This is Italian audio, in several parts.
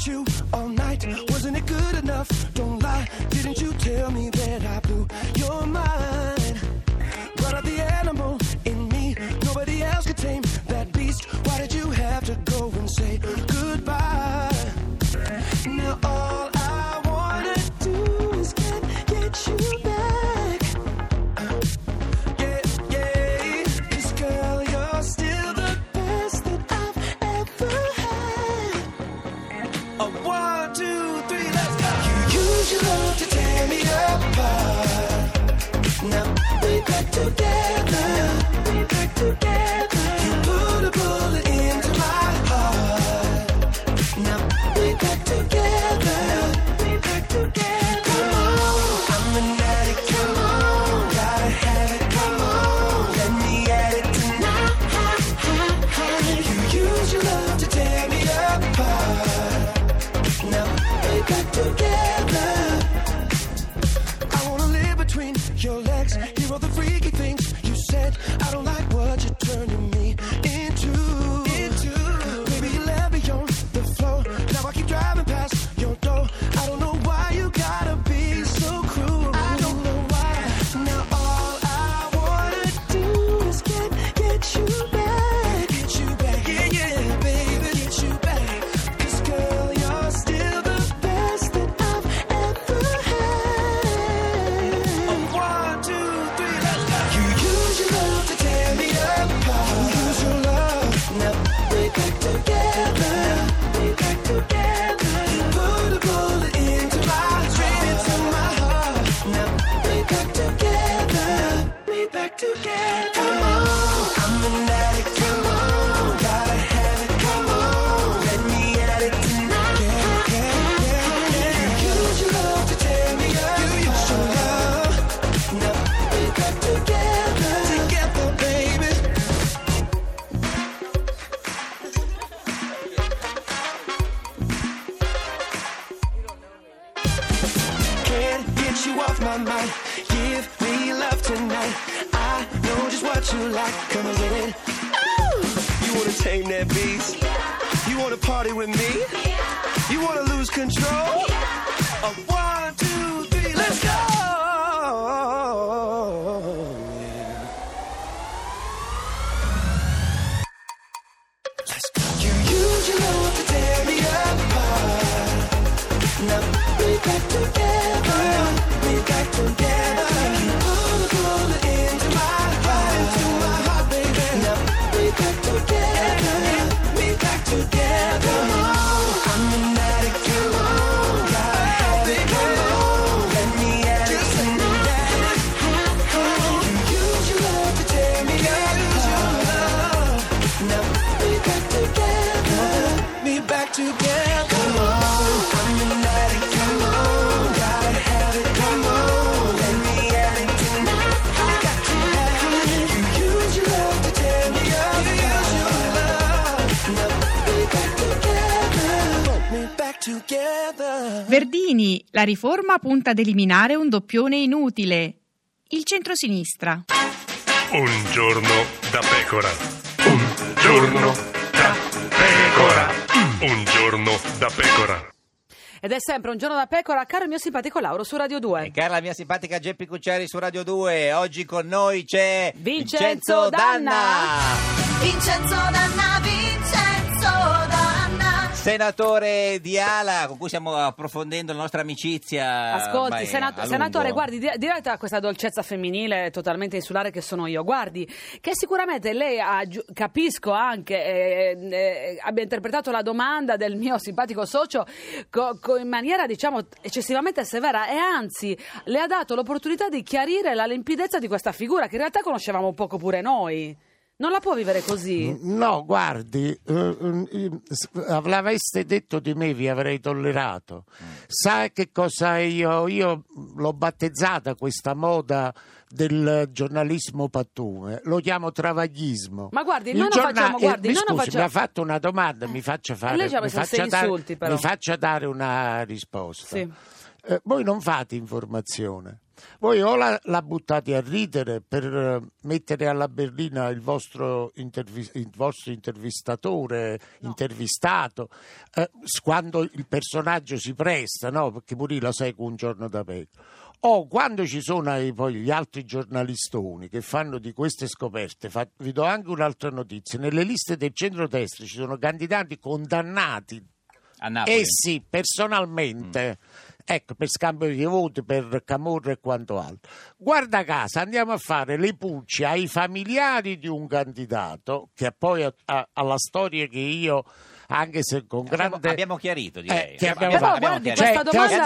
with you all night. Wasn't it good enough? Don't lie. Didn't you tell me that I blew your mind? Brought out the animal in me. Nobody else could tame that beast. Why did you have to go and say goodbye? Now all I wanna do is get you back. Yeah, 'cause girl, you're still the best that I've ever had. A 1, 2, 3, let's go. You use your love to tear me apart. Now we're back together. We're back together. You put a bullet into my heart. Now we're back together. We're back together. Come on, I'm an addict. Come on, gotta have it. Come on, let me at it tonight. You use your love to tear me apart. Now we're back together. I wanna live between your legs. Hear all the freaky things you said. I don't like what you're turning me into. Baby, you left me on the floor. Now I keep driving past your door. I don't know why you gotta be so cruel. I don't know why. Now all I wanna do is get you back. Get you back. Yeah, baby, get you back. 'Cause girl, you're still the best that I've ever had. A 1, 2, 3, let's go. You use your love to tear me apart. You use your love. Now we're back together. We're back together. You put a bullet into my straight into my heart. Now we're back together. We're back together. Come on, I'm an addict. Come on, gotta have it. Come on, let me at it tonight. You use your love to tear me up. You use your love. Now we're back together. Together, baby. Can't get you off my mind. Give me love tonight. I know just what you like. Come and get it. You wanna tame that beast? You wanna party with me? You wanna lose control? A 1, 2, 3, let's go! Let's go. You use your love to tear me apart. Now we're back together. We're back together. You put a bullet into my heart, baby. Now we're back together. We're back together. Come on, I'm an addict. Come on, gotta have it. Come on, let me at it tonight. You use your love to tear me apart. Now we're back together. We're back together. Come on, I'm an addict. Come on, gotta have it. Come on, let me at it tonight. Got to have it. You use your love to tear me apart. You use your love. Now we're back together. We're back together. Verdini, la riforma punta ad eliminare un doppione inutile. Il centrosinistra. Un giorno da pecora. Un giorno da pecora. Un giorno da pecora. Ed è sempre un giorno da pecora, caro il mio simpatico Lauro su Radio 2. E cara la mia simpatica Geppi Cucciari su Radio 2. Oggi con noi c'è Vincenzo Danna. Vincenzo Danna, Vincenzo Danna. senatore di Ala, con cui stiamo approfondendo la nostra amicizia. Ascolti, senatore, guardi, diretta a questa dolcezza femminile totalmente insulare che sono io, guardi, che sicuramente lei capisco anche abbia interpretato la domanda del mio simpatico socio in maniera, diciamo, eccessivamente severa, e anzi le ha dato l'opportunità di chiarire la limpidezza di questa figura che in realtà conoscevamo poco pure noi. Non la può vivere così? No, guardi, l'aveste detto di me, vi avrei tollerato. Sai che cosa io l'ho battezzata questa moda del giornalismo pattume, lo chiamo travaglismo. Ma guardi, noi non facciamo, guardi, non facciamo... mi ha fatto una domanda, mi faccia fare, lei ci ha messo sei insulti, però. mi faccia dare una risposta. Sì. voi non fate informazione. Voi o la buttate a ridere per mettere alla berlina il vostro intervistatore, intervistato, quando il personaggio si presta, no? Perché pure io lo seguo Un giorno da pecora. O quando ci sono poi gli altri giornalistoni che fanno di queste scoperte, vi do anche un'altra notizia: nelle liste del centrodestra ci sono candidati condannati, A Napoli. essi personalmente, ecco, per scambio di voti, per camorra e quanto altro. Guarda caso, andiamo a fare le pulci ai familiari di un candidato che poi ha la storia che io, anche se con grande... Abbiamo chiarito, direi. che abbiamo Però fatto. guardi, chiarito. questa domanda...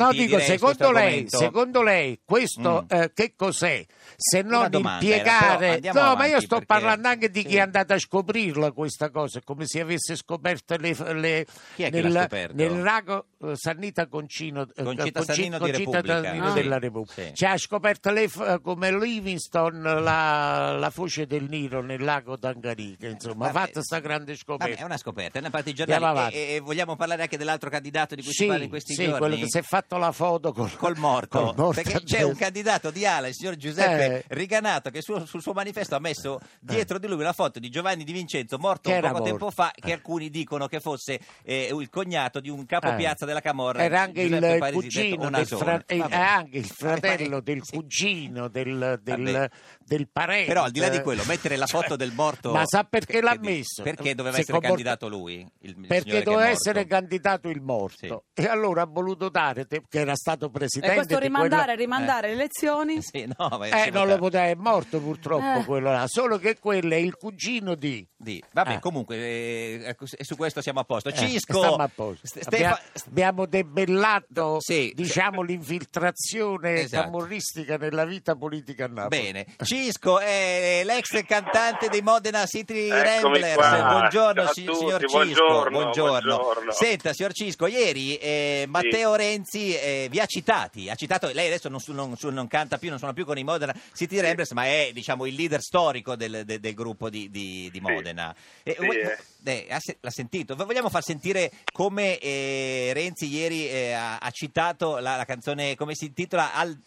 Secondo lei questo che cos'è? Se non il domanda piegare... era, però andiamo No, ma avanti, io sto perché- parlando anche di chi sì. è andato a scoprirla questa cosa, come se avesse scoperto Chi è che l'ha scoperto? nel rago Sannita Concino, Concita Sannino di Concita Repubblica. Sannino Ah. della Repubblica. Sì. Cioè, ha scoperto lei come Livingstone la foce del Nilo nel lago Tanganica, insomma, ha Vabbè, fatto sta grande Vabbè, scoperta. è una scoperta, è una parte di Andiamo giornali. avanti. E vogliamo parlare anche dell'altro candidato di cui si parla in questi sì, giorni? quello che si è fatto la foto Col morto, perché c'è un candidato di Ala, il signor Giuseppe Riganato, che sul suo manifesto ha messo dietro di lui una foto di Giovanni Di Vincenzo, morto Che un era poco tempo morto. fa, che alcuni dicono che fosse il cognato di un capopiazza della Camorra. Era anche Giuseppe il Parisi, cugino detto del Onasone. Vabbè. anche il fratello del Sì. cugino Vabbè. del parente. Però al di là di quello, mettere la foto del morto... Ma sa perché l'ha che- messo? Perché doveva Si essere comporta- candidato lui? Il Perché signore che è doveva morto? essere candidato il morto. E allora ha voluto dare, che era stato presidente E questo di rimandare le elezioni? Sì, no, ma non lo poteva, è morto purtroppo Eh. quello là, solo che quello è il cugino di... Vabbè, comunque, e su questo siamo a posto. Cisco! stiamo a posto. Abbiamo debellato, Sì. diciamo, l'infiltrazione Esatto. camorristica nella vita politica a Napoli. Bene, Cisco è l'ex cantante dei Modena City Eccomi Ramblers. qua. Buongiorno, Ciao a signor tutti, Cisco. buongiorno. Senta, signor Cisco, ieri Matteo Renzi vi ha citati. Ha citato, lei adesso non canta più, non suona più con i Modena City Ramblers, ma è, diciamo, il leader storico del gruppo di Modena. L'ha sentito? Vogliamo far sentire come Renzi ieri ha citato la canzone, come si intitola? Al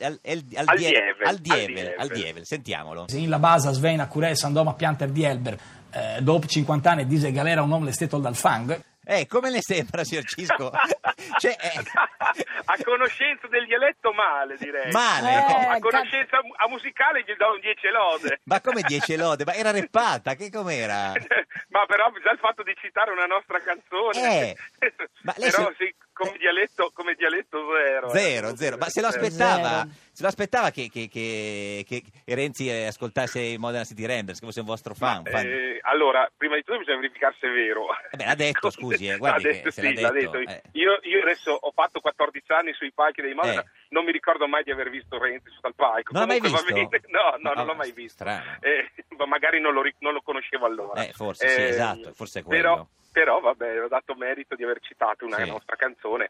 Dievel. Sentiamolo. In la base Sven Acurel Sandoma Pianter di Elber, dopo 50 anni dice galera un uomo l'esteto dal fang. Come le sembra, signor Cisco? Cioè, A conoscenza del dialetto male, direi. Male? A conoscenza musicale gli do un 10 lode. Ma come 10 lode? Ma era reppata, che com'era? Ma però già il fatto di citare una nostra canzone. Ma lei però sì, come dialetto zero. Zero. Ma se lo aspettava che Renzi ascoltasse i Modena City Ramblers, che fosse un vostro fan? Allora, prima di tutto bisogna verificare se è vero. L'ha detto, scusi, guardi che se l'ha detto. Io adesso ho fatto 14 anni sui palchi dei Modena, non mi ricordo mai di aver visto Renzi su tal palco. Non l'ha mai visto? No, non l'ho mai visto. Strano. Ma magari non lo conoscevo allora. Forse sì, esatto, forse è quello. Però vabbè, ho dato merito di aver citato una nostra canzone.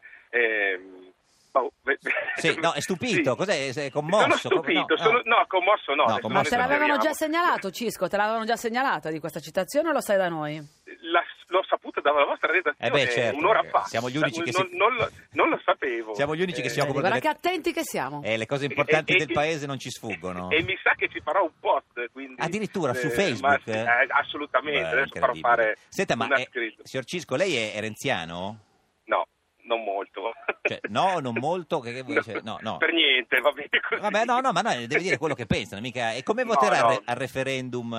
Sì, no, è stupito, Sì. cos'è? È commosso? Sono stupito, commosso no. adesso commosso Ma te non l'avevano esageriamo. già segnalato, Cisco? Te l'avevano già segnalata di questa citazione o lo sai da noi? L'ho saputo dalla vostra redazione certo, un'ora fa. siamo gli unici che non lo sapevo. Siamo gli unici che si occupano Guarda delle... che attenti che siamo. le cose importanti del paese non ci sfuggono. E mi sa che ci farò un post, quindi... Addirittura su Facebook? Assolutamente, Beh, adesso farò incredibile. fare Senta, ma una scritta. signor Cisco, lei è renziano? No, non molto. Cioè, no, non molto? No. Per niente, va bene così. Vabbè, no, ma deve dire quello che pensa, mica... E come voterà al referendum?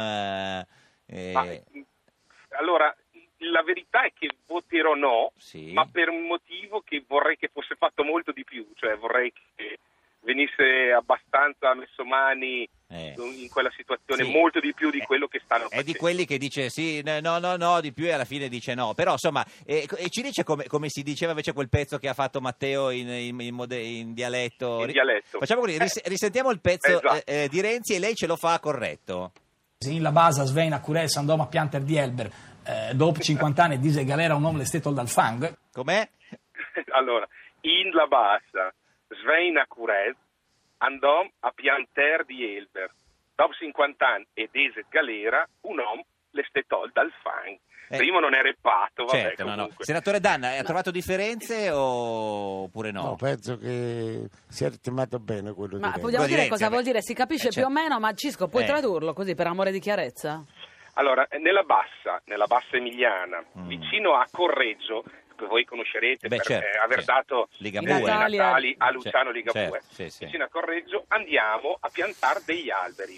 Allora, la verità è che voterò no, Sì. ma per un motivo che vorrei che fosse fatto molto di più, cioè vorrei che venisse abbastanza messo mani in quella situazione, molto di più di quello che stanno facendo. È di quelli che dice sì, no, di più e alla fine dice no. Però insomma, e ci dice come si diceva invece quel pezzo che ha fatto Matteo in dialetto. In dialetto. Facciamo così, risentiamo il pezzo esatto. di Renzi e lei ce lo fa corretto. In la base Sven Acurel Sandoma Pianter di Elber, dopo 50 anni dice galera un uomo l'esteto dal fang. Com'è? Allora, in la bassa, Sven Acurel andò a pianter di Elber. Dopo 50 anni e deset galera, un uomo l'estetò dal fang. primo non è reppato, vabbè, Certo, no. comunque. Senatore D'Anna, ha trovato differenze oppure no? No, penso che sia ritmato bene quello Ma di vogliamo Renzi. dire cosa Renzi, vuol dire? Si capisce più certo. o meno, ma Cisco, puoi tradurlo così per amore di chiarezza? Allora, nella bassa emiliana, vicino a Correggio, che voi conoscerete per aver dato Liga i Bue. Natali a Luciano Ligabue, sì. vicino a Correggio andiamo a piantare degli alberi.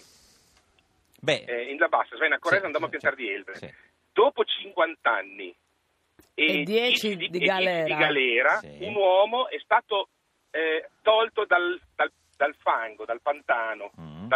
In La Bassa, Svena a Correggio andiamo a piantare degli alberi. Sì. Dopo 50 anni E 10 di galera. un uomo è stato tolto dal fango, dal pantano,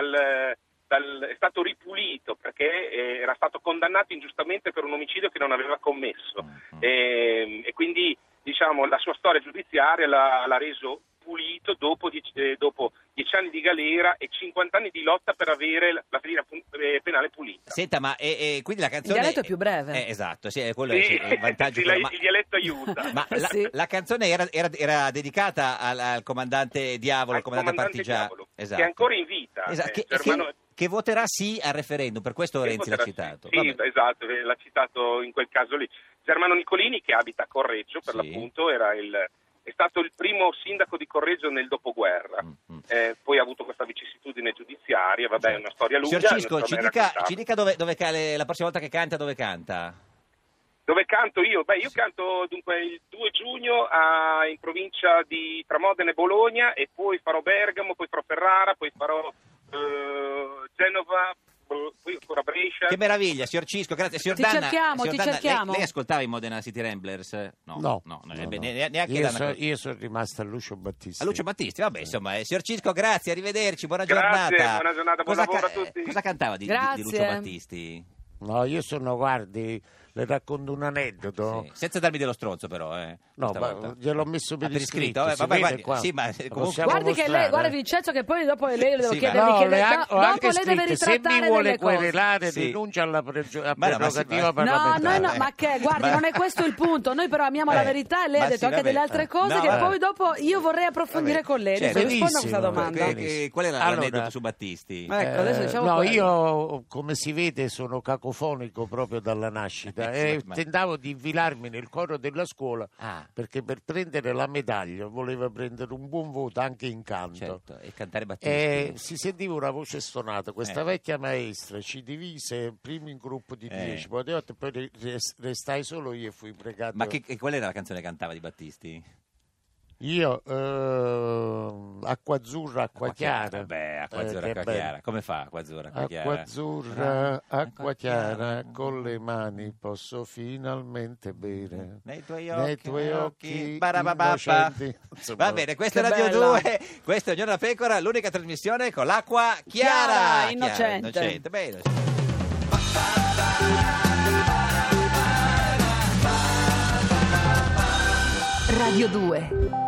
è stato ripulito perché era stato condannato ingiustamente per un omicidio che non aveva commesso e quindi diciamo la sua storia giudiziaria l'ha reso pulito dopo 10 anni di galera e 50 anni di lotta per avere la fedina penale pulita. Senta, ma quindi la canzone... Il dialetto è più breve. Esatto, sì, quello è il vantaggio. Il dialetto aiuta. Ma la canzone era dedicata al comandante Diavolo, al comandante partigiano. Diavolo, esatto. che è ancora in vita. Esatto. Germano... Che voterà sì al referendum, per questo Renzi l'ha citato. Sì, esatto, l'ha citato in quel caso lì. Germano Nicolini, che abita a Correggio, per l'appunto, è stato il primo sindaco di Correggio nel dopoguerra. Poi ha avuto questa vicissitudine giudiziaria, vabbè, è una storia lunga. Signor Cisco, ci dica dove la prossima volta che canta, dove canta? Dove canto io? Beh, io canto dunque il 2 giugno in provincia di tra Modena e Bologna, e poi farò Bergamo, poi farò Ferrara, poi farò Genova, poi ancora Brescia. Che meraviglia, signor Cisco, grazie. Signor Ti D'Anna, cerchiamo, signor ti D'Anna, cerchiamo. Lei ascoltava i Modena City Ramblers? No. Neanche D'Anna. Io sono rimasto a Lucio Battisti. A Lucio Battisti, vabbè, insomma, signor Cisco, grazie, arrivederci, buona Grazie, giornata. buona giornata, buon lavoro a tutti. Cosa cantava di Lucio Battisti? No, io guardi, le racconto un aneddoto. Sì, senza darmi dello stronzo però, No, ma gliel'ho messo per iscritto. Vabbè, guardi, qua. sì, ma comunque... Guardi che lei, guarda Vincenzo, che poi dopo lei le devo chiedere, no, dopo lei deve se ritrattare mi vuole delle cose. querelare rinuncia alla prerogativa No, parlamentare. no, ma che, guardi, non è questo il punto. Noi però amiamo la verità e lei ha detto anche delle altre cose che poi dopo io vorrei approfondire con lei. Adesso rispondo a questa domanda. Qual era l'aneddoto su Battisti? Ecco, adesso diciamo no, quello. io come si vede sono cacofonico proprio dalla nascita e tentavo di infilarmi nel coro della scuola perché per prendere la medaglia voleva prendere un buon voto anche in canto. Certo, e cantare Battisti. Si sentiva una voce stonata, questa vecchia maestra ci divise prima in gruppo di 10, poi di 8 e poi restai solo io e fui pregato. Ma qual era la canzone che cantava di Battisti? Io acqua azzurra, acqua chiara. Beh, acqua azzurra, acqua chiara. Come fa acqua azzurra, acqua chiara? Acqua azzurra, acqua chiara, con le mani posso finalmente bere. Nei tuoi occhi barababappa. Va bene, questa è Radio 2, questo è Ognuno la Pecora, l'unica trasmissione con l'acqua chiara. Innocente. Bene. Radio 2